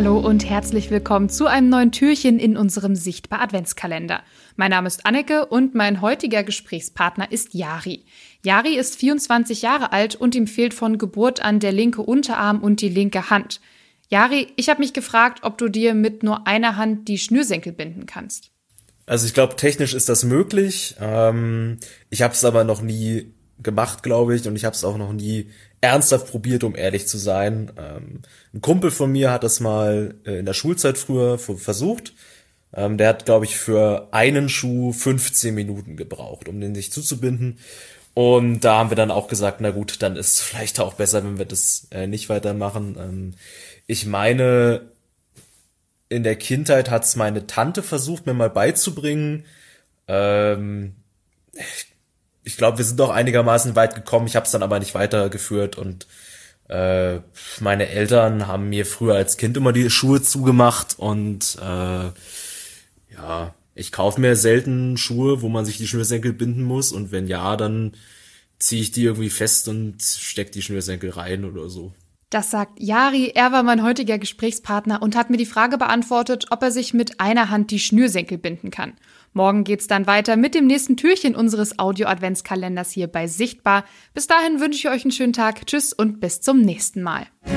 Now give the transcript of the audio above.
Hallo und herzlich willkommen zu einem neuen Türchen in unserem Sichtbar Adventskalender. Mein Name ist Anneke und mein heutiger Gesprächspartner ist Jari. Jari ist 24 Jahre alt und ihm fehlt von Geburt an der linke Unterarm und die linke Hand. Jari, ich habe mich gefragt, ob du dir mit nur einer Hand die Schnürsenkel binden kannst. Also ich glaube, technisch ist das möglich. Ich habe es aber noch nie gemacht, glaube ich, und ich habe es auch noch nie ernsthaft probiert, um ehrlich zu sein. Ein Kumpel von mir hat das mal in der Schulzeit früher versucht. Der hat, glaube ich, für einen Schuh 15 Minuten gebraucht, um den sich zuzubinden. Und da haben wir dann auch gesagt, na gut, dann ist es vielleicht auch besser, wenn wir das nicht weitermachen. Ich meine, in der Kindheit hat's meine Tante versucht, mir mal beizubringen. Ähm, Ich glaube, wir sind doch einigermaßen weit gekommen. Ich habe es dann aber nicht weitergeführt und meine Eltern haben mir früher als Kind immer die Schuhe zugemacht und ja, ich kaufe mir selten Schuhe, wo man sich die Schnürsenkel binden muss und wenn ja, dann ziehe ich die irgendwie fest und steck die Schnürsenkel rein oder so. Das sagt Jari, er war mein heutiger Gesprächspartner und hat mir die Frage beantwortet, ob er sich mit einer Hand die Schnürsenkel binden kann. Morgen geht's dann weiter mit dem nächsten Türchen unseres Audio-Adventskalenders hier bei Sichtbar. Bis dahin wünsche ich euch einen schönen Tag, tschüss und bis zum nächsten Mal.